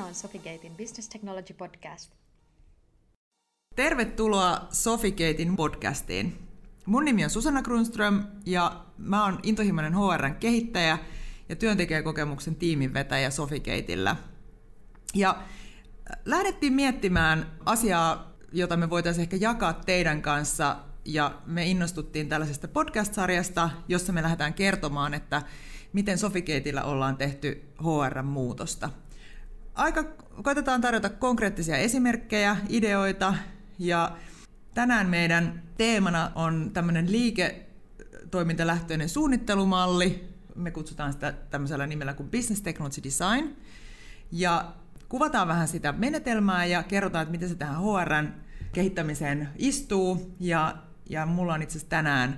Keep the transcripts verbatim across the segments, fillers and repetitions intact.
on Sofigatein Business Technology Podcast. Tervetuloa Sofigatein podcastiin. Mun nimi on Susanna Grundström ja mä oon intohimoinen H R:n kehittäjä ja työntekijäkokemuksen tiiminvetäjä Sofigateillä. Ja lähdettiin miettimään asiaa, jota me voitaisiin ehkä jakaa teidän kanssa, ja me innostuttiin tällaisesta podcast-sarjasta, jossa me lähdetään kertomaan, että miten Sofigateillä ollaan tehty H R-muutosta. Aika koitetaan tarjota konkreettisia esimerkkejä, ideoita, ja tänään meidän teemana on tämmöinen liiketoimintalähtöinen suunnittelumalli. Me kutsutaan sitä tämmöisellä nimellä kuin Business Technology Design. Ja kuvataan vähän sitä menetelmää ja kerrotaan, että miten se tähän H R:n kehittämiseen istuu. Ja, ja mulla on itse asiassa tänään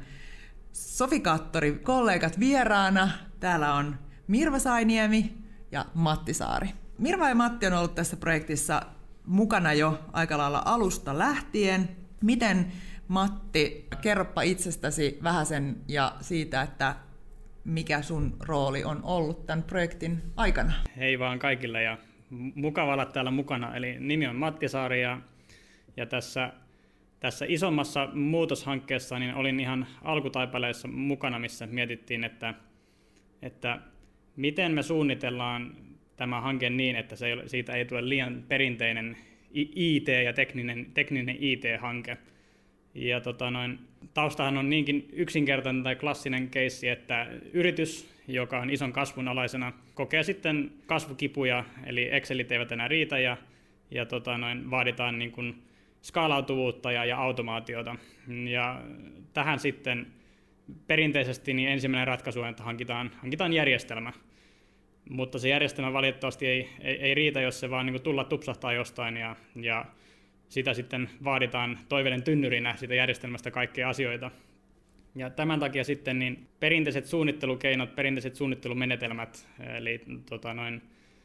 Sofikaattori-kollegat vieraana. Täällä on Mirva Sainiemi ja Matti Saari. Mirva ja Matti on ollut tässä projektissa mukana jo aika lailla alusta lähtien. Miten, Matti, kerropa itsestäsi vähäsen ja siitä, että mikä sun rooli on ollut tämän projektin aikana? Hei vaan kaikille ja mukava olla täällä mukana. Eli nimi on Matti Saari ja, ja tässä, tässä isommassa muutoshankkeessa niin olin ihan alkutaipaleissa mukana, missä mietittiin, että, että miten me suunnitellaan tämä hanke niin, että se ei ole, siitä ei tule liian perinteinen I T ja tekninen, tekninen I T-hanke. Ja tota noin, taustahan on niinkin yksinkertainen tai klassinen keissi, että yritys, joka on ison kasvun alaisena, kokee sitten kasvukipuja, eli Excelit eivät enää riitä ja, ja tota noin, vaaditaan niin kuin skaalautuvuutta ja, ja automaatiota. Ja tähän sitten perinteisesti niin ensimmäinen ratkaisu on, että hankitaan, hankitaan järjestelmä. Mutta se järjestelmä valitettavasti ei, ei, ei riitä, jos se vaan niin kuin tulla tupsahtaa jostain ja, ja sitä sitten vaaditaan toiveiden tynnyrinä siitä järjestelmästä kaikkia asioita. Ja tämän takia sitten niin perinteiset suunnittelukeinot, perinteiset suunnittelumenetelmät, eli tota noin,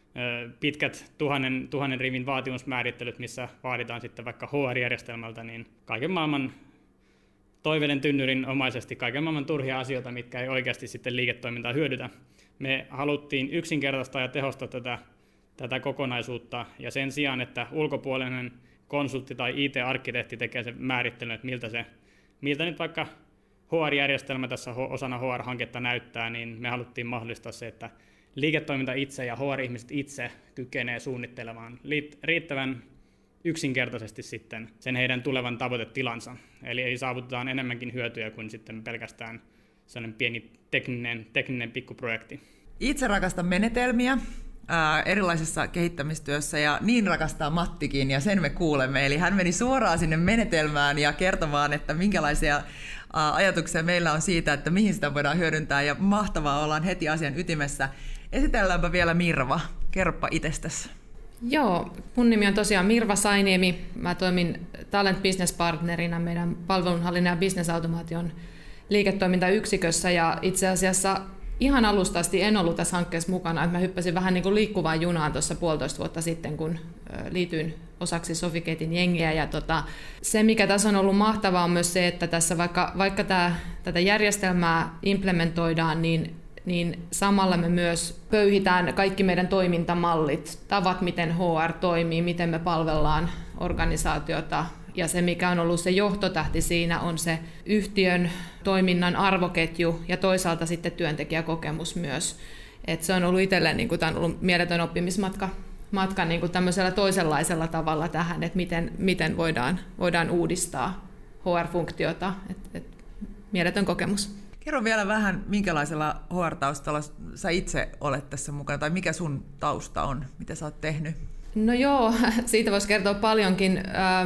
pitkät tuhannen, tuhannen rivin vaatimusmäärittelyt, missä vaaditaan sitten vaikka H R-järjestelmältä, niin kaiken maailman toiveiden tynnyrin omaisesti kaiken maailman turhia asioita, mitkä ei oikeasti sitten liiketoimintaa hyödytä. Me haluttiin yksinkertaistaa ja tehostaa tätä, tätä kokonaisuutta, ja sen sijaan, että ulkopuolinen konsultti tai I T-arkkitehti tekee sen määrittelyn, että miltä, se, miltä nyt vaikka H R-järjestelmä tässä osana H R-hanketta näyttää, niin me haluttiin mahdollistaa se, että liiketoiminta itse ja H R-ihmiset itse kykenee suunnittelemaan riittävän yksinkertaisesti sitten sen heidän tulevan tavoitetilansa. Eli ei saavutetaan enemmänkin hyötyjä kuin sitten pelkästään sellainen pieni tekninen, tekninen pikkuprojekti. Itse rakastan menetelmiä ää, erilaisessa kehittämistyössä ja niin rakastaa Mattikin ja sen me kuulemme. Eli hän meni suoraan sinne menetelmään ja kertomaan, että minkälaisia ää, ajatuksia meillä on siitä, että mihin sitä voidaan hyödyntää ja mahtavaa ollaan heti asian ytimessä. Esitelläänpä vielä Mirva. Kerropa itsestäsi. Joo, mun nimi on tosiaan Mirva Sainiemi. Mä toimin Talent Business Partnerina meidän palvelunhallinnan ja business-automaation liiketoimintayksikössä ja itse asiassa ihan alusta asti en ollut tässä hankkeessa mukana, että mä hyppäsin vähän niin kuin liikkuvaan junaan tuossa puolitoista vuotta sitten, kun liityin osaksi Sofigatein jengiä. Ja tota, se, mikä tässä on ollut mahtavaa, on myös se, että tässä vaikka, vaikka tää, tätä järjestelmää implementoidaan, niin, niin samalla me myös pöyhitään kaikki meidän toimintamallit, tavat, miten H R toimii, miten me palvellaan organisaatiota. Ja se, mikä on ollut se johtotähti siinä, on se yhtiön toiminnan arvoketju ja toisaalta sitten työntekijäkokemus myös. Et se on ollut itselleen niin kuin, tämä on ollut mieletön oppimismatka matka, niin kuin tämmöisellä toisenlaisella tavalla tähän, että miten, miten voidaan, voidaan uudistaa H R-funktiota. Et, et, mieletön kokemus. Kerro vielä vähän, minkälaisella H R-taustalla sä itse olet tässä mukana, tai mikä sun tausta on, mitä sä oot tehnyt? No joo, siitä voisi kertoa paljonkin.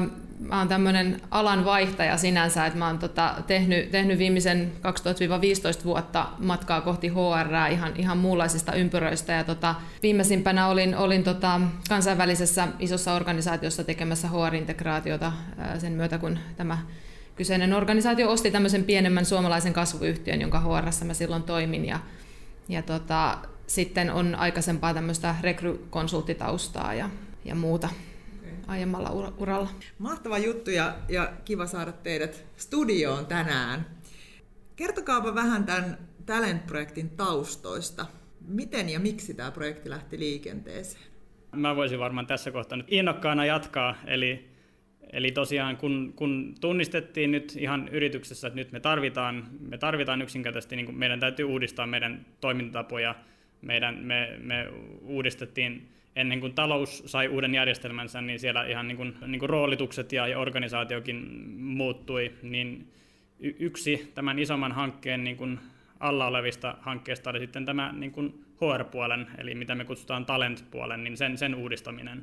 Mä oon tämmöinen alan vaihtaja sinänsä, että mä oon tota, tehnyt, tehnyt viimeisen kaksituhatta viisitoista vuotta matkaa kohti H R:ää ihan, ihan muunlaisista ympyröistä. Ja tota, viimeisimpänä olin, olin tota, kansainvälisessä isossa organisaatiossa tekemässä H R-integraatiota sen myötä, kun tämä kyseinen organisaatio osti tämmöisen pienemmän suomalaisen kasvuyhtiön, jonka H R:ssä mä silloin toimin. Ja, ja tota, sitten on aikaisempaa tämmöistä rekrykonsulttitaustaa ja, ja muuta aiemmalla uralla. Mahtava juttu ja, ja kiva saada teidät studioon tänään. Kertokaapa vähän tämän Talent-projektin taustoista. Miten ja miksi tämä projekti lähti liikenteeseen? Mä voisin varmaan tässä kohtaa nyt innokkaana jatkaa, eli, eli tosiaan kun, kun tunnistettiin nyt ihan yrityksessä, että nyt me tarvitaan, me tarvitaan yksinkertaisesti, niin kuin meidän täytyy uudistaa meidän toimintatapoja, meidän, me, me uudistettiin ennen kuin talous sai uuden järjestelmänsä, niin siellä ihan niin kuin, niin kuin roolitukset ja, ja organisaatiokin muuttui, niin y- yksi tämän isomman hankkeen niin kuin alla olevista hankkeista oli sitten tämä niin kuin H R-puolen, eli mitä me kutsutaan talent-puolen, niin sen, sen uudistaminen.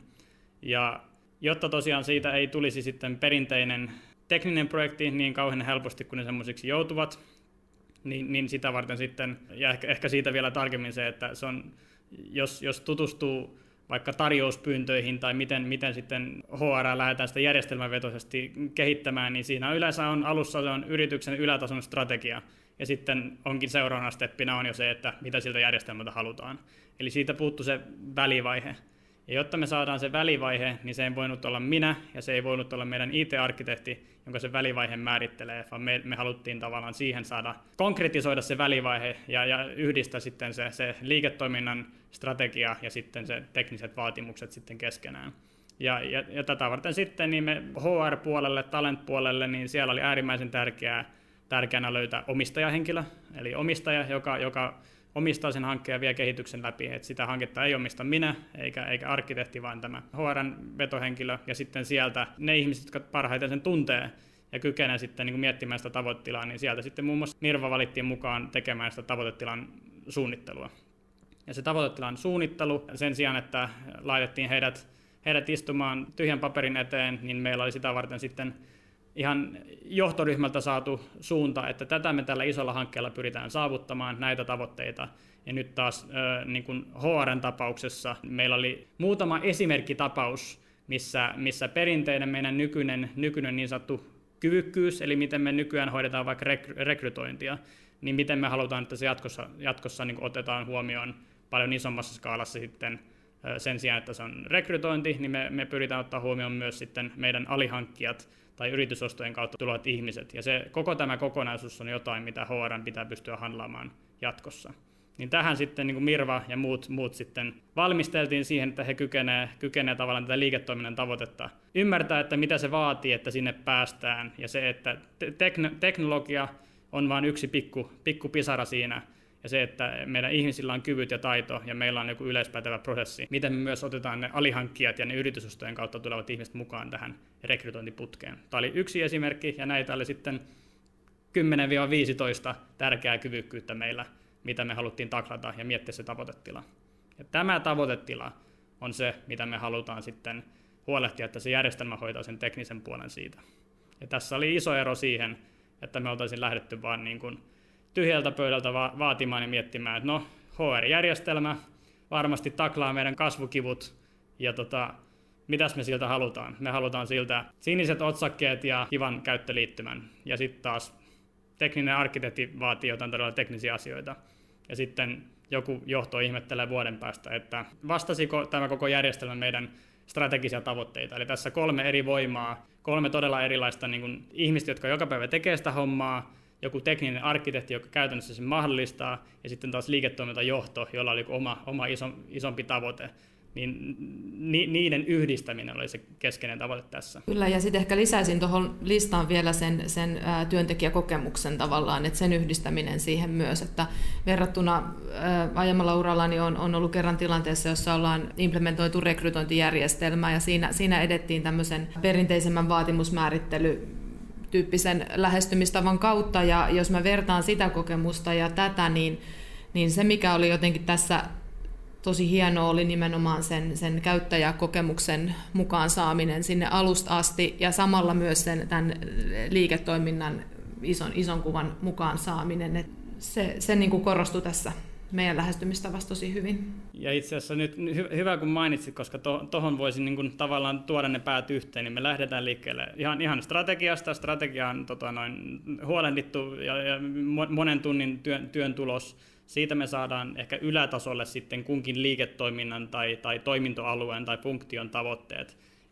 Ja jotta tosiaan siitä ei tulisi sitten perinteinen tekninen projekti niin kauhean helposti, kun ne semmoisiksi joutuvat, niin, niin sitä varten sitten, ja ehkä, ehkä siitä vielä tarkemmin se, että se on, jos, jos tutustuu vaikka tarjouspyyntöihin tai miten, miten sitten H R lähdetään sitä järjestelmävetoisesti kehittämään, niin siinä yleensä on alussa se on yrityksen ylätason strategia, ja sitten onkin seuraavana steppinä on jo se, että mitä siltä järjestelmältä halutaan. Eli siitä puuttuu se välivaihe. Ja jotta me saadaan se välivaihe, niin se ei voinut olla minä ja se ei voinut olla meidän I T-arkkitehti, jonka se välivaihe määrittelee, vaan me, me haluttiin tavallaan siihen saada konkretisoida se välivaihe ja, ja yhdistää sitten se, se liiketoiminnan strategia ja sitten se tekniset vaatimukset sitten keskenään. Ja, ja, ja tätä varten sitten niin me H R-puolelle, talent-puolelle, niin siellä oli äärimmäisen tärkeää, tärkeänä löytää omistajahenkilö, eli omistaja, joka, joka omistaa sen hankkeen ja vie kehityksen läpi, että sitä hanketta ei omista minä eikä, eikä arkkitehti, vaan tämä H R:n vetohenkilö, ja sitten sieltä ne ihmiset, jotka parhaiten sen tuntee ja kykenee sitten niin kuin miettimään sitä tavoitetilaa, niin sieltä sitten muun muassa Mirva valittiin mukaan tekemään sitä tavoitetilan suunnittelua. Ja se tavoitetilan suunnittelu, sen sijaan, että laitettiin heidät, heidät istumaan tyhjän paperin eteen, niin meillä oli sitä varten sitten ihan johtoryhmältä saatu suunta, että tätä me tällä isolla hankkeella pyritään saavuttamaan, näitä tavoitteita. Ja nyt taas niin kuin H R:n tapauksessa meillä oli muutama esimerkkitapaus, missä, missä perinteinen meidän nykyinen, nykyinen niin sanottu kyvykkyys, eli miten me nykyään hoidetaan vaikka rekrytointia, niin miten me halutaan, että se jatkossa, jatkossa niin kuin otetaan huomioon paljon isommassa skaalassa sitten sen sijaan, että se on rekrytointi, niin me, me pyritään ottaa huomioon myös sitten meidän alihankkijat, tai yritysostojen kautta tulevat ihmiset. Ja se, koko tämä kokonaisuus on jotain, mitä H R:n pitää pystyä handlaamaan jatkossa. Niin tähän sitten niin kuin Mirva ja muut, muut sitten valmisteltiin siihen, että he kykenevät kykenee tavallaan tätä liiketoiminnan tavoitetta ymmärtää, että mitä se vaatii, että sinne päästään. Ja se, että tekn- teknologia on vain yksi pikku, pikku pisara siinä. Ja se, että meidän ihmisillä on kyvyt ja taito ja meillä on joku yleispätevä prosessi, miten me myös otetaan ne alihankkijat ja ne yritysostojen kautta tulevat ihmiset mukaan tähän rekrytointiputkeen. Tämä oli yksi esimerkki ja näitä oli sitten kymmenen viisitoista tärkeää kyvykkyyttä meillä, mitä me haluttiin taklata ja miettiä se tavoitetila. Ja tämä tavoitetila on se, mitä me halutaan sitten huolehtia, että se järjestelmä hoitaa sen teknisen puolen siitä. Ja tässä oli iso ero siihen, että me oltaisiin lähdetty vaan niin kuin tyhjältä pöydältä va- vaatimaan ja miettimään, että no, H R-järjestelmä varmasti taklaa meidän kasvukivut, ja tota, mitäs me siltä halutaan? Me halutaan siltä siniset otsakkeet ja kivan käyttöliittymän, ja sitten taas tekninen arkkitehti vaatii jotain todella teknisiä asioita, ja sitten joku johto ihmettelee vuoden päästä, että vastasiko tämä koko järjestelmä meidän strategisia tavoitteita. Eli tässä kolme eri voimaa, kolme todella erilaista niin kuin ihmistä, jotka joka päivä tekee sitä hommaa, joku tekninen arkkitehti, joka käytännössä sen mahdollistaa, ja sitten taas liiketoimintajohto, jolla oli oma, oma iso, isompi tavoite, niin ni, niiden yhdistäminen oli se keskeinen tavoite tässä. Kyllä, ja sitten ehkä lisäisin tuohon listaan vielä sen, sen ää, työntekijäkokemuksen tavallaan, että sen yhdistäminen siihen myös, että verrattuna ää, aiemmalla urallani on, on ollut kerran tilanteessa, jossa ollaan implementoitu rekrytointijärjestelmää, ja siinä, siinä edettiin tämmöisen perinteisemmän vaatimusmäärittely tyyppisen lähestymistavan kautta, ja jos mä vertaan sitä kokemusta ja tätä, niin, niin se mikä oli jotenkin tässä tosi hienoa oli nimenomaan sen, sen käyttäjäkokemuksen mukaan saaminen sinne alusta asti, ja samalla myös sen tämän liiketoiminnan ison, ison kuvan mukaan saaminen. Et se se niin kuin korostui tässä meidän lähestymistavassa tosi hyvin. Ja itse asiassa nyt hy- hyvä kun mainitsit, koska tuohon to, voisin niin kuin tavallaan tuoda ne päät yhteen, niin me lähdetään liikkeelle ihan, ihan strategiasta. Strategia on tota, noin, huolehdittu ja, ja monen tunnin työn, työn tulos. Siitä me saadaan ehkä ylätasolle sitten kunkin liiketoiminnan tai, tai toimintoalueen tai funktion tavoitteet.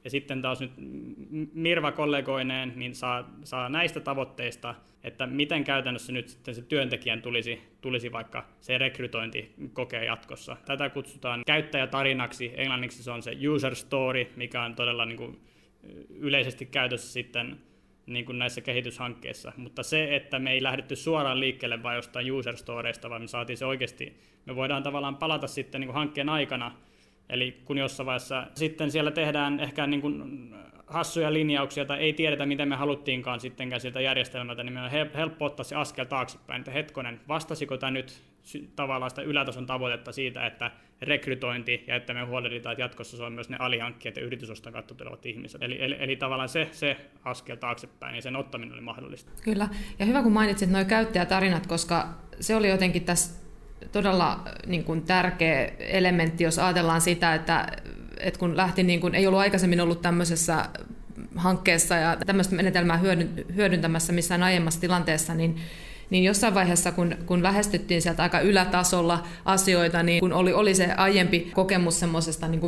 Ja sitten taas nyt Mirva kollegoineen niin saa, saa näistä tavoitteista, että miten käytännössä nyt sitten se työntekijän tulisi, tulisi vaikka se rekrytointi kokea jatkossa. Tätä kutsutaan käyttäjätarinaksi, englanniksi se on se user story, mikä on todella niin kuin yleisesti käytössä sitten niin kuin näissä kehityshankkeissa. Mutta se, että me ei lähdetty suoraan liikkeelle vain jostain user storeista, vaan me saatiin se oikeasti, me voidaan tavallaan palata sitten niin kuin hankkeen aikana. Eli kun jossain vaiheessa sitten siellä tehdään ehkä niin kuin hassuja linjauksia tai ei tiedetä, miten me haluttiinkaan sittenkään siltä järjestelmältä, niin me on helppo ottaa se askel taaksepäin, että hetkonen, vastasiko tämä nyt tavallaan sitä ylätason tavoitetta siitä, että rekrytointi ja että me huolehditaan, että jatkossa se on myös ne alihankkijat ja yritysoston kautta tulevat ihmiset. Eli, eli, eli tavallaan se, se askel taaksepäin ja sen ottaminen oli mahdollista. Kyllä, ja hyvä kun mainitsit nuo käyttäjätarinat, koska se oli jotenkin tässä todella niin kuin tärkeä elementti, jos ajatellaan sitä, että, että kun lähti, niin kuin, ei ollut aikaisemmin ollut tämmöisessä hankkeessa ja tämmöistä menetelmää hyödyntämässä missään aiemmassa tilanteessa, niin niin jossain vaiheessa, kun, kun lähestyttiin sieltä aika ylätasolla asioita, niin kun oli, oli se aiempi kokemus semmoisesta niin kuin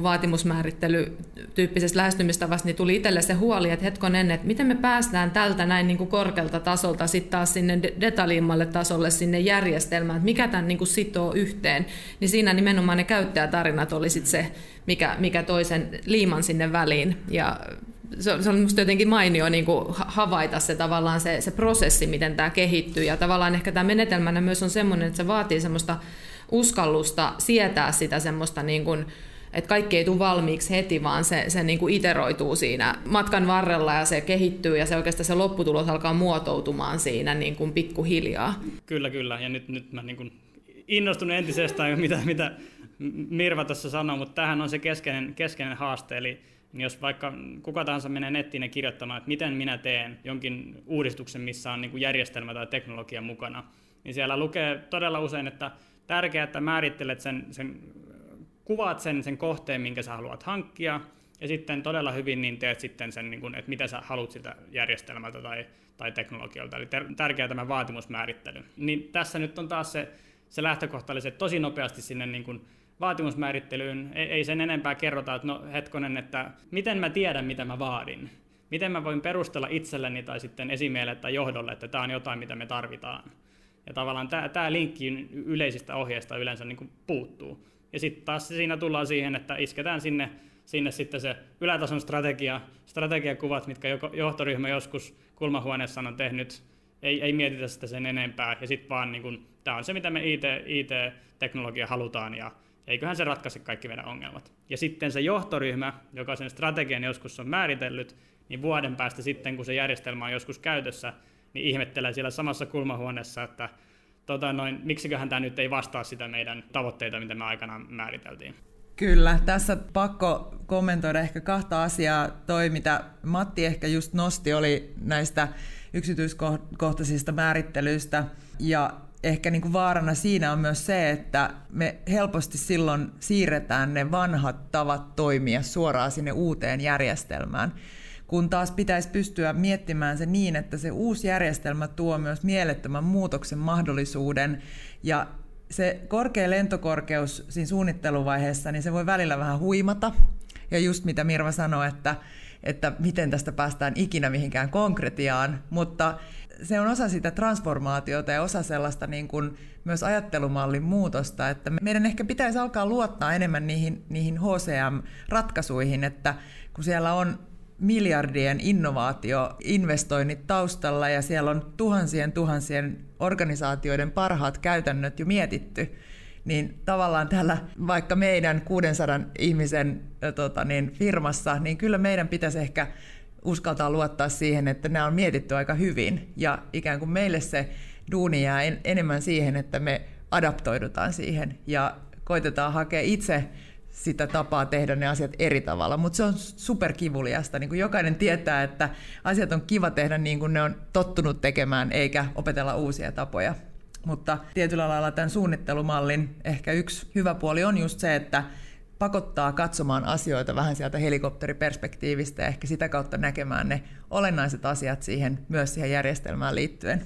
vaatimusmäärittelytyyppisestä lähestymistavasta, niin tuli itselle se huoli, että hetkonen, että miten me päästään tältä näin niin kuin korkealta tasolta sitten taas sinne detaljiimmalle tasolle, sinne järjestelmään, että mikä tämän niin kuin sitoo yhteen. Niin siinä nimenomaan ne käyttäjätarinat oli sitten se, mikä, mikä toi sen liiman sinne väliin. Ja se on minusta jotenkin mainio niin kuin havaita se tavallaan se, se prosessi, miten tämä kehittyy. Ja tavallaan ehkä tämä menetelmänä myös on semmoinen, että se vaatii semmoista uskallusta sietää sitä semmoista, niin kuin, että kaikki ei tule valmiiksi heti, vaan se, se niin kuin iteroituu siinä matkan varrella ja se kehittyy ja se oikeastaan se lopputulos alkaa muotoutumaan siinä niin kuin pikkuhiljaa. Kyllä, kyllä. Ja nyt, nyt mä niin kuin innostun entisestään, mitä, mitä Mirva tuossa sanoi, mutta tämähän on se keskeinen, keskeinen haaste. Eli jos vaikka kuka tahansa menee nettiin ja kirjoittamaan, että miten minä teen jonkin uudistuksen, missä on niin kuin järjestelmä tai teknologia mukana, niin siellä lukee todella usein, että tärkeää, että määrittelet sen, sen kuvaat sen, sen kohteen, minkä sä haluat hankkia, ja sitten todella hyvin niin teet sitten sen, niin kuin, että mitä sä haluat sitä järjestelmältä tai, tai teknologialta. Eli tärkeää tämä vaatimusmäärittely. Niin tässä nyt on taas se, se lähtökohta, eli se tosi nopeasti sinne niin kuin vaatimusmäärittelyyn, ei, ei sen enempää kerrota, että no hetkonen, että miten mä tiedän, mitä mä vaadin. Miten mä voin perustella itselleni tai sitten esimiehelle tai johdolle, että tämä on jotain, mitä me tarvitaan. Ja tavallaan tämä, tämä linkki yleisistä ohjeista yleensä niin kuin puuttuu. Ja sitten taas siinä tullaan siihen, että isketään sinne, sinne sitten se ylätason strategia, strategiakuvat, mitkä johtoryhmä joskus kulmahuoneessa on tehnyt, ei, ei mietitä sitä sen enempää. Ja sitten vaan niin kuin, tämä on se, mitä me I T, I T-teknologia halutaan ja eiköhän se ratkaise kaikki meidän ongelmat. Ja sitten se johtoryhmä, joka sen strategian joskus on määritellyt, niin vuoden päästä sitten, kun se järjestelmä on joskus käytössä, niin ihmettelee siellä samassa kulmahuoneessa, että tota noin, miksiköhän tämä nyt ei vastaa sitä meidän tavoitteita, mitä me aikanaan määriteltiin. Kyllä, tässä pakko kommentoida ehkä kahta asiaa. Toi, mitä Matti ehkä just nosti, oli näistä yksityiskohtaisista määrittelyistä ja ehkä niin kuin vaarana siinä on myös se, että me helposti silloin siirretään ne vanhat tavat toimia suoraan sinne uuteen järjestelmään, kun taas pitäisi pystyä miettimään se niin, että se uusi järjestelmä tuo myös mielettömän muutoksen mahdollisuuden ja se korkea lentokorkeus siinä suunnitteluvaiheessa, niin se voi välillä vähän huimata ja just mitä Mirva sanoi, että, että miten tästä päästään ikinä mihinkään konkretiaan, mutta se on osa sitä transformaatiota ja osa sellaista niin kuin myös ajattelumallin muutosta, että meidän ehkä pitäisi alkaa luottaa enemmän niihin, niihin H C M-ratkaisuihin, että kun siellä on miljardien innovaatioinvestoinnit taustalla ja siellä on tuhansien tuhansien organisaatioiden parhaat käytännöt jo mietitty, niin tavallaan täällä vaikka meidän kuudensadan ihmisen tota niin, firmassa, niin kyllä meidän pitäisi ehkä uskaltaa luottaa siihen, että nämä on mietitty aika hyvin ja ikään kuin meille se duuni jää en, enemmän siihen, että me adaptoidutaan siihen ja koitetaan hakea itse sitä tapaa tehdä ne asiat eri tavalla, mutta se on superkivuliasta. Niin kuin jokainen tietää, että asiat on kiva tehdä niin kuin ne on tottunut tekemään, eikä opetella uusia tapoja. Mutta tietyllä lailla tämän suunnittelumallin ehkä yksi hyvä puoli on just se, että pakottaa katsomaan asioita vähän sieltä helikopteriperspektiivistä ja ehkä sitä kautta näkemään ne olennaiset asiat siihen, myös siihen järjestelmään liittyen.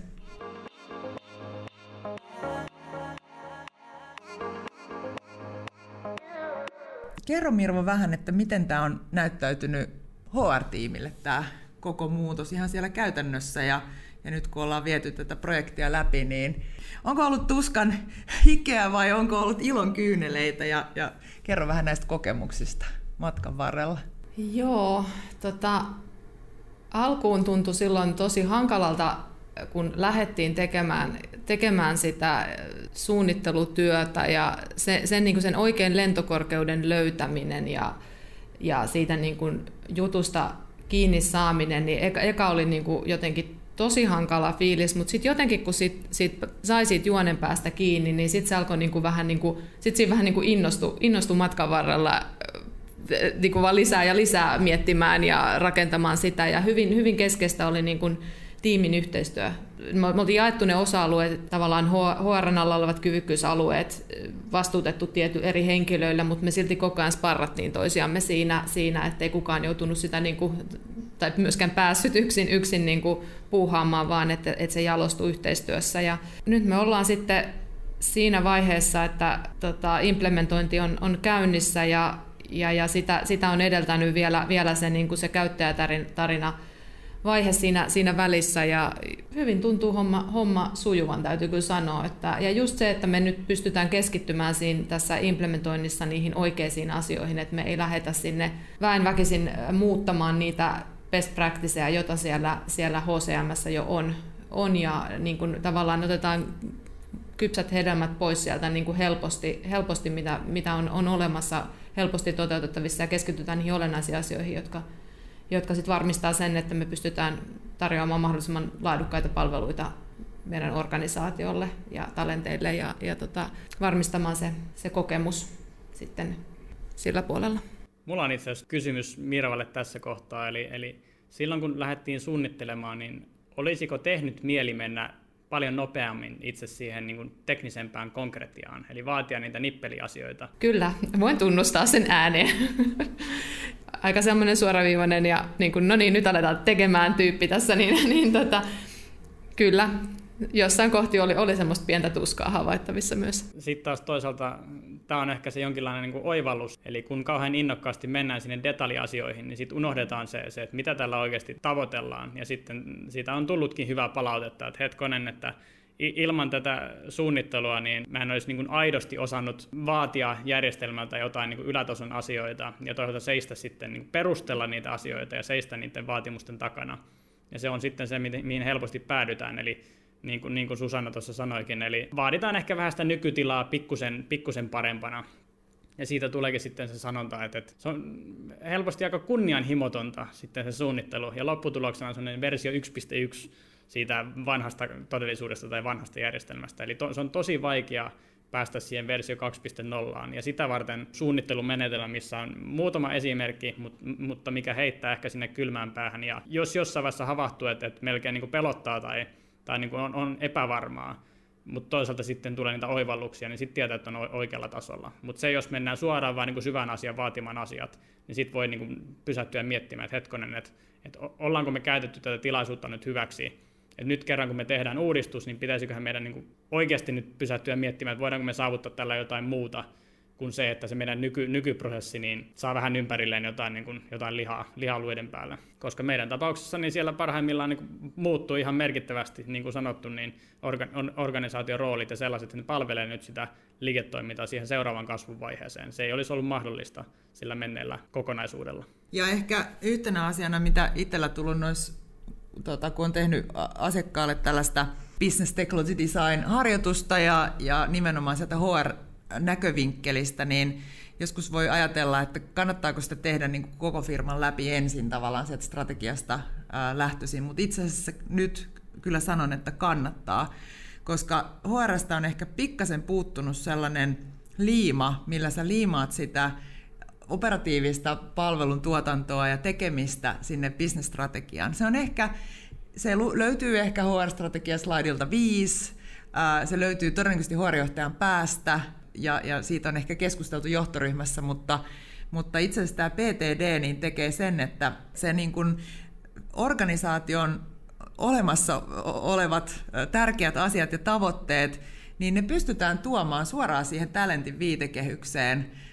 Kerro Mirva vähän, että miten tämä on näyttäytynyt H R-tiimille tämä koko muutos ihan siellä käytännössä ja, ja nyt kun ollaan viety tätä projektia läpi, niin onko ollut tuskan hikeä vai onko ollut ilon kyyneleitä ja, ja kerro vähän näistä kokemuksista matkan varrella. Joo, tota, alkuun tuntui silloin tosi hankalalta, kun lähdettiin tekemään, tekemään sitä suunnittelutyötä ja se, sen, niin kuin sen oikein lentokorkeuden löytäminen ja, ja siitä niin kuin jutusta kiinni saaminen, niin eka, eka oli niin kuin jotenkin tosi hankala fiilis, mutta sitten jotenkin kun sit, sit sai siitä juonen päästä kiinni, niin sitten se alkoi niin kuin vähän, niin kuin, sit siinä vähän niin kuin innostui, innostui matkan varrella niin kuin vaan lisää ja lisää miettimään ja rakentamaan sitä. Ja hyvin, hyvin keskeistä oli niin kuin tiimin yhteistyö. Me oltiin jaettu ne osa-alueet, tavallaan H R:n alla olevat kyvykkyysalueet, vastuutettu tiety eri henkilöillä, mutta me silti koko ajan sparrattiin toisiamme siinä, siinä ettei kukaan joutunut sitä, niin kuin, tai myöskään päässyt yksin, yksin niin kuin puuhaamaan, vaan että, että se jalostui yhteistyössä. Ja nyt me ollaan sitten siinä vaiheessa, että tota, implementointi on, on käynnissä ja Ja, ja sitä, sitä on edeltänyt vielä, vielä se, niin kuin se käyttäjätarina vaihe siinä, siinä välissä ja hyvin tuntuu homma, homma sujuvan, täytyy kyllä sanoa. Että, ja just se, että me nyt pystytään keskittymään siinä, tässä implementoinnissa niihin oikeisiin asioihin, että me ei lähdetä sinne väen väkisin muuttamaan niitä best practiceja, joita siellä, siellä H C M:ssä jo on, on ja niin kuin tavallaan otetaan kypsät hedelmät pois sieltä niin kuin helposti, helposti mitä, mitä on, on olemassa, helposti toteutettavissa ja keskitytään niihin olennaisiin asioihin, jotka, jotka sit varmistaa sen, että me pystytään tarjoamaan mahdollisimman laadukkaita palveluita meidän organisaatiolle ja talenteille ja, ja tota, varmistamaan se, se kokemus sitten sillä puolella. Mulla on itse asiassa kysymys Mirvalle tässä kohtaa, eli, eli silloin kun lähdettiin suunnittelemaan, niin olisiko tehnyt mieli mennä paljon nopeammin itse siihen niin kuin teknisempään konkretiaan, eli vaatia niitä nippeliasioita? Kyllä, voin tunnustaa sen ääneen. Aika semmoinen suoraviivainen ja niin kuin, no niin, nyt aletaan tekemään tyyppi tässä, niin, niin tota, kyllä, jossain kohti oli, oli semmoista pientä tuskaa havaittavissa myös. Sitten taas toisaalta tämä on ehkä se jonkinlainen niin kuin oivallus, eli kun kauhean innokkaasti mennään sinne detaljiasioihin, niin sitten unohdetaan se, se, että mitä tällä oikeasti tavoitellaan, ja sitten siitä on tullutkin hyvää palautetta, että hetkonen, että ilman tätä suunnittelua niin mä en olisi niin kuin aidosti osannut vaatia järjestelmältä jotain niin kuin ylätason asioita, ja toisaalta seistä sitten niin kuin perustella niitä asioita ja seistä niiden vaatimusten takana, ja se on sitten se, mihin helposti päädytään, eli Niin kuin, niin kuin Susanna tuossa sanoikin, eli vaaditaan ehkä vähän sitä nykytilaa pikkusen, pikkusen parempana. Ja siitä tuleekin sitten se sanonta, että, että se on helposti aika kunnianhimotonta sitten se suunnittelu, ja lopputuloksena on sellainen versio yksi piste yksi siitä vanhasta todellisuudesta tai vanhasta järjestelmästä. Eli to, se on tosi vaikea päästä siihen versio kaksi piste nolla, ja sitä varten suunnittelumenetelmä, missä on muutama esimerkki, mutta, mutta mikä heittää ehkä sinne kylmään päähän. Ja jos jossain vaiheessa havahtuu, että, että melkein niin kuin pelottaa tai tai niin kuin on, on epävarmaa, mutta toisaalta sitten tulee niitä oivalluksia, niin sitten tietää, että on oikealla tasolla. Mutta se, jos mennään suoraan vaan niin kuin syvän asian vaatimaan asiat, niin sitten voi niin kuin pysähtyä miettimään, että hetkonen, että, että ollaanko me käytetty tätä tilaisuutta nyt hyväksi. Että nyt kerran, kun me tehdään uudistus, niin pitäisiköhän meidän niin kuin oikeasti nyt pysähtyä miettimään, että voidaanko me saavuttaa tällä jotain muuta kuin se, että se meidän nyky, nykyprosessi niin saa vähän ympärilleen jotain, niin kuin, jotain lihaa, lihaluiden päällä. Koska meidän tapauksessa niin siellä parhaimmillaan niin kuin muuttuu ihan merkittävästi, niin kuin sanottu, niin orga, on, organisaation roolit ja sellaiset, että ne palvelee nyt sitä liiketoimintaa siihen seuraavan kasvun vaiheeseen. Se ei olisi ollut mahdollista sillä menneellä kokonaisuudella. Ja ehkä yhtenä asiana, mitä itsellä tullut noissa, tota, kun on tehnyt asiakkaalle tällaista Business Technology Design-harjoitusta ja, ja nimenomaan sieltä H R näkövinkkelistä, niin joskus voi ajatella, että kannattaako sitä tehdä niin kuin koko firman läpi ensin tavallaan sieltä strategiasta ää, lähtöisin, mutta itse asiassa nyt kyllä sanon, että kannattaa, koska H R:stä on ehkä pikkasen puuttunut sellainen liima, millä sä liimaat sitä operatiivista palvelun tuotantoa ja tekemistä sinne business-strategiaan. Se on ehkä, se löytyy ehkä H R-strategia-slaidilta viisi, ää, se löytyy todennäköisesti H R-johtajan päästä, Ja, ja siitä on ehkä keskusteltu johtoryhmässä, mutta, mutta itse asiassa tämä P T D niin tekee sen, että se niin kuin organisaation olemassa olevat tärkeät asiat ja tavoitteet, niin ne pystytään tuomaan suoraan siihen talentin viitekehykseen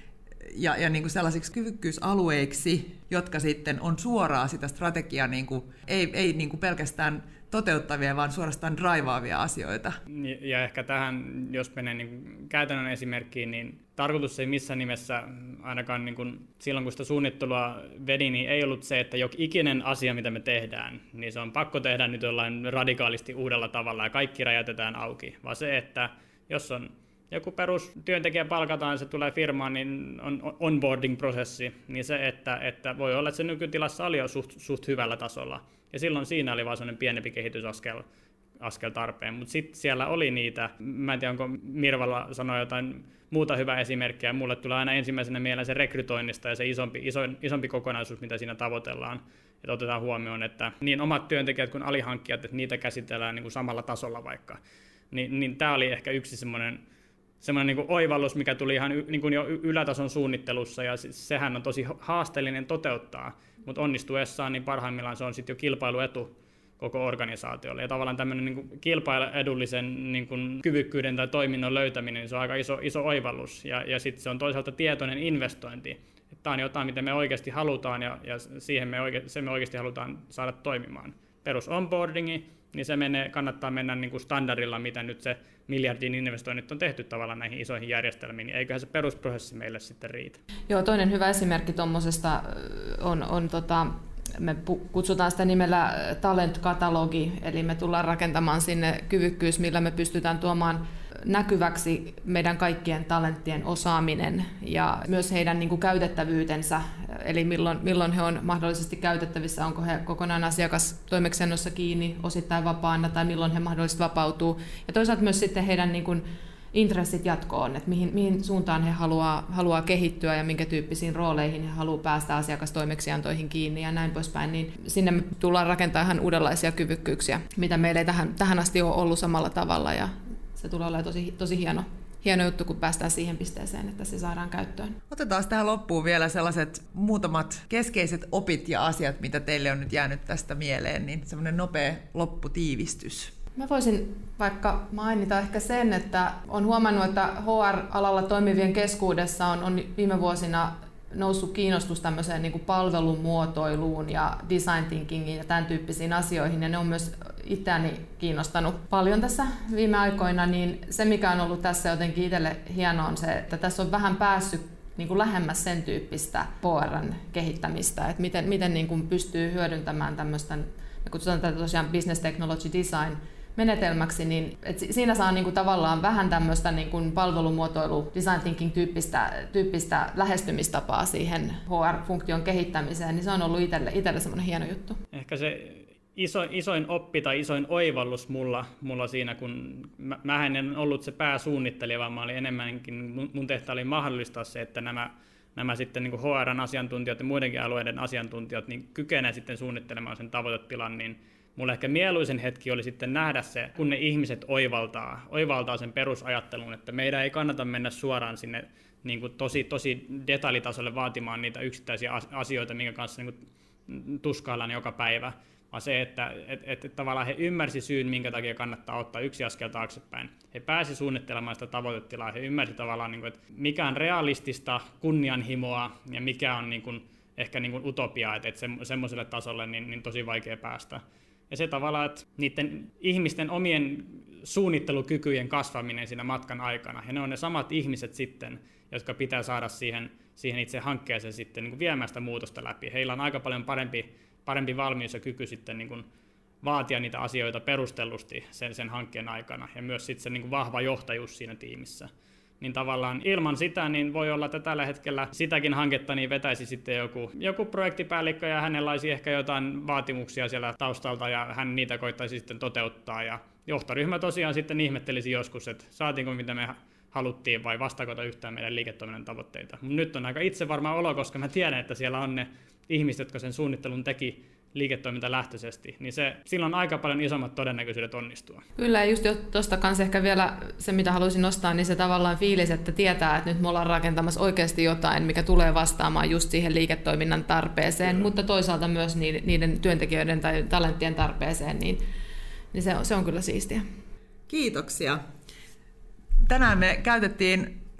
ja, ja niin kuin sellaisiksi kyvykkyysalueiksi, jotka sitten on suoraan sitä strategiaa, niin kuin, ei, ei niin kuin pelkästään toteuttavia, vaan suorastaan draivaavia asioita. Ja ehkä tähän, jos menee niin käytännön esimerkkiin, niin tarkoitus ei missään nimessä, ainakaan niin kuin silloin kun sitä suunnittelua vedin, niin ei ollut se, että joku ikinen asia, mitä me tehdään, niin se on pakko tehdä nyt jollain radikaalisti uudella tavalla ja kaikki räjätetään auki, vaan se, että jos on joku perustyöntekijä palkataan, se tulee firmaan, niin on onboarding-prosessi, niin se, että, että voi olla, että se nykytilassa oli jo suht, suht hyvällä tasolla. Ja silloin siinä oli vaan sellainen pienempi kehitysaskel askel tarpeen, mutta sitten siellä oli niitä, mä en tiedä onko Mirvalla sanoa jotain muuta hyvää esimerkkiä, mulle tulee aina ensimmäisenä mieleen se rekrytoinnista ja se isompi, iso, isompi kokonaisuus, mitä siinä tavoitellaan. Että otetaan huomioon, että niin omat työntekijät kuin alihankkijat, että niitä käsitellään niin kuin samalla tasolla vaikka. Ni, niin tämä oli ehkä yksi semmoinen semmoinen niin kuin oivallus, mikä tuli ihan y, niin kuin jo ylätason suunnittelussa, ja sehän on tosi haasteellinen toteuttaa, mutta onnistuessaan niin parhaimmillaan se on sitten jo kilpailuetu koko organisaatiolle. Ja tavallaan tämmöinen niin kuin kilpailuedullisen niin kuin kyvykkyyden tai toiminnon löytäminen, niin se on aika iso, iso oivallus, ja, ja sitten se on toisaalta tietoinen investointi. Tämä on jotain, mitä me oikeasti halutaan, ja, ja siihen me oike, se me oikeasti halutaan saada toimimaan. Perus onboardingi, niin se menee, kannattaa mennä niin kuin standardilla, mitä nyt se miljardin investoinnit on tehty tavallaan näihin isoihin järjestelmiin, niin eiköhän se perusprosessi meille sitten riitä. Joo, toinen hyvä esimerkki tuommoisesta on, on tota, me kutsutaan sitä nimellä talent-katalogi, eli me tullaan rakentamaan sinne kyvykkyys, millä me pystytään tuomaan näkyväksi meidän kaikkien talenttien osaaminen ja myös heidän niin kuin käytettävyytensä, eli milloin, milloin he on mahdollisesti käytettävissä, onko he kokonaan asiakastoimeksiannossa kiinni, osittain vapaana tai milloin he mahdollisesti vapautuu. Ja toisaalta myös sitten heidän niin kuin intressit jatkoon, että mihin, mihin suuntaan he haluaa, haluaa kehittyä ja minkä tyyppisiin rooleihin he haluaa päästä asiakastoimeksiantoihin kiinni ja näin poispäin, niin sinne me tullaan rakentamaan ihan uudenlaisia kyvykkyyksiä, mitä meillä ei tähän, tähän asti ole ollut samalla tavalla, ja se tulee olemaan tosi, tosi hieno, hieno juttu, kun päästään siihen pisteeseen, että se saadaan käyttöön. Otetaan tähän loppuun vielä sellaiset muutamat keskeiset opit ja asiat, mitä teille on nyt jäänyt tästä mieleen, niin semmoinen nopea lopputiivistys. Mä voisin vaikka mainita ehkä sen, että on huomannut, että H R-alalla toimivien keskuudessa on, on viime vuosina noussut kiinnostus tämmöiseen niin kuin palvelumuotoiluun ja design thinkingiin ja tämän tyyppisiin asioihin, ja ne on myös itseäni kiinnostanut paljon tässä viime aikoina, niin se mikä on ollut tässä jotenkin itselle hienoa on se, että tässä on vähän päässyt niin kuin lähemmäs sen tyyppistä H R:n kehittämistä, että miten, miten niin kuin pystyy hyödyntämään tämmöistä, me kutsutaan tätä tosiaan business technology design menetelmäksi, niin että siinä saa niin kuin tavallaan vähän tämmöistä niin kuin palvelumuotoilu, design thinking tyyppistä, tyyppistä lähestymistapaa siihen H R-funktion kehittämiseen, niin se on ollut itselle, itselle semmoinen hieno juttu. Ehkä se iso, isoin oppi tai isoin oivallus mulla, mulla siinä, kun mä, mä en ollut se pääsuunnittelija, vaan mä olin enemmänkin, mun, mun tehtävä oli mahdollistaa se, että nämä, nämä sitten niin kuin H R:n asiantuntijat ja muidenkin alueiden asiantuntijat niin kykenevät sitten suunnittelemaan sen tavoitetilan, niin mulle ehkä mieluisen hetki oli sitten nähdä se, kun ne ihmiset oivaltaa, oivaltaa sen perusajattelun, että meidän ei kannata mennä suoraan sinne niin kuin tosi, tosi detaljitasolle vaatimaan niitä yksittäisiä asioita, minkä kanssa niin kuin tuskaillaan joka päivä, vaan se, että et, et, et tavallaan he ymmärsi syyn, minkä takia kannattaa ottaa yksi askel taaksepäin. He pääsi suunnittelemaan sitä tavoitetilaa, he ymmärsi tavallaan, niin kuin, että mikä on realistista kunnianhimoa ja mikä on niin kuin, ehkä niin kuin utopiaa, että, että semmoiselle tasolle niin, niin tosi vaikea päästä. Ja se tavallaan, että niiden ihmisten omien suunnittelukykyjen kasvaminen siinä matkan aikana, ja ne on ne samat ihmiset sitten, jotka pitää saada siihen, siihen itse hankkeeseen sitten niin kuin viemään sitä muutosta läpi. Heillä on aika paljon parempi, parempi valmius ja kyky sitten niin kuin vaatia niitä asioita perustellusti sen, sen hankkeen aikana, ja myös sitten se niin kuin vahva johtajuus siinä tiimissä. Niin tavallaan ilman sitä niin voi olla, että tällä hetkellä sitäkin hanketta niin vetäisi sitten joku, joku projektipäällikkö ja hänellä olisi ehkä jotain vaatimuksia siellä taustalta ja hän niitä koittaisi sitten toteuttaa. Ja johtoryhmä tosiaan sitten ihmettelisi joskus, että saatiinko mitä me haluttiin vai vastaako yhtään meidän liiketoiminnan tavoitteita. Mut nyt on aika itsevarma olo, koska mä tiedän, että siellä on ne ihmiset, jotka sen suunnittelun teki liiketoimintalähtöisesti, niin se, silloin on aika paljon isommat todennäköisyydet onnistua. Kyllä, ja just tuosta kanssa ehkä vielä se, mitä haluaisin nostaa, niin se tavallaan fiilis, että tietää, että nyt me ollaan rakentamassa oikeasti jotain, mikä tulee vastaamaan just siihen liiketoiminnan tarpeeseen, kyllä, mutta toisaalta myös niiden, niiden työntekijöiden tai talenttien tarpeeseen, niin, niin se, on, se on kyllä siistiä. Kiitoksia. Tänään me käytettiin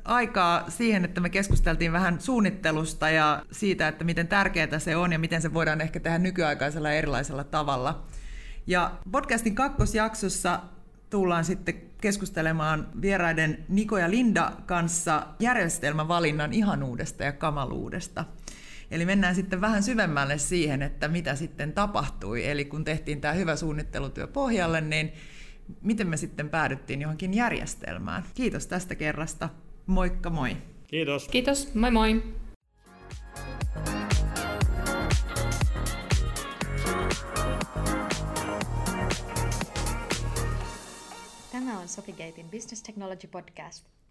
aikaa siihen, että me keskusteltiin vähän suunnittelusta ja siitä, että miten tärkeää se on ja miten se voidaan ehkä tehdä nykyaikaisella erilaisella tavalla. Ja podcastin kakkosjaksossa tullaan sitten keskustelemaan vieraiden Niko ja Linda kanssa järjestelmävalinnan ihanuudesta ja kamaluudesta. Eli mennään sitten vähän syvemmälle siihen, että mitä sitten tapahtui. Eli kun tehtiin tämä hyvä suunnittelutyö pohjalle, niin miten me sitten päädyttiin johonkin järjestelmään. Kiitos tästä kerrasta. Moikka moi. Kiitos. Kiitos, moi moi. Tämä on Sofigatein Business Technology Podcast.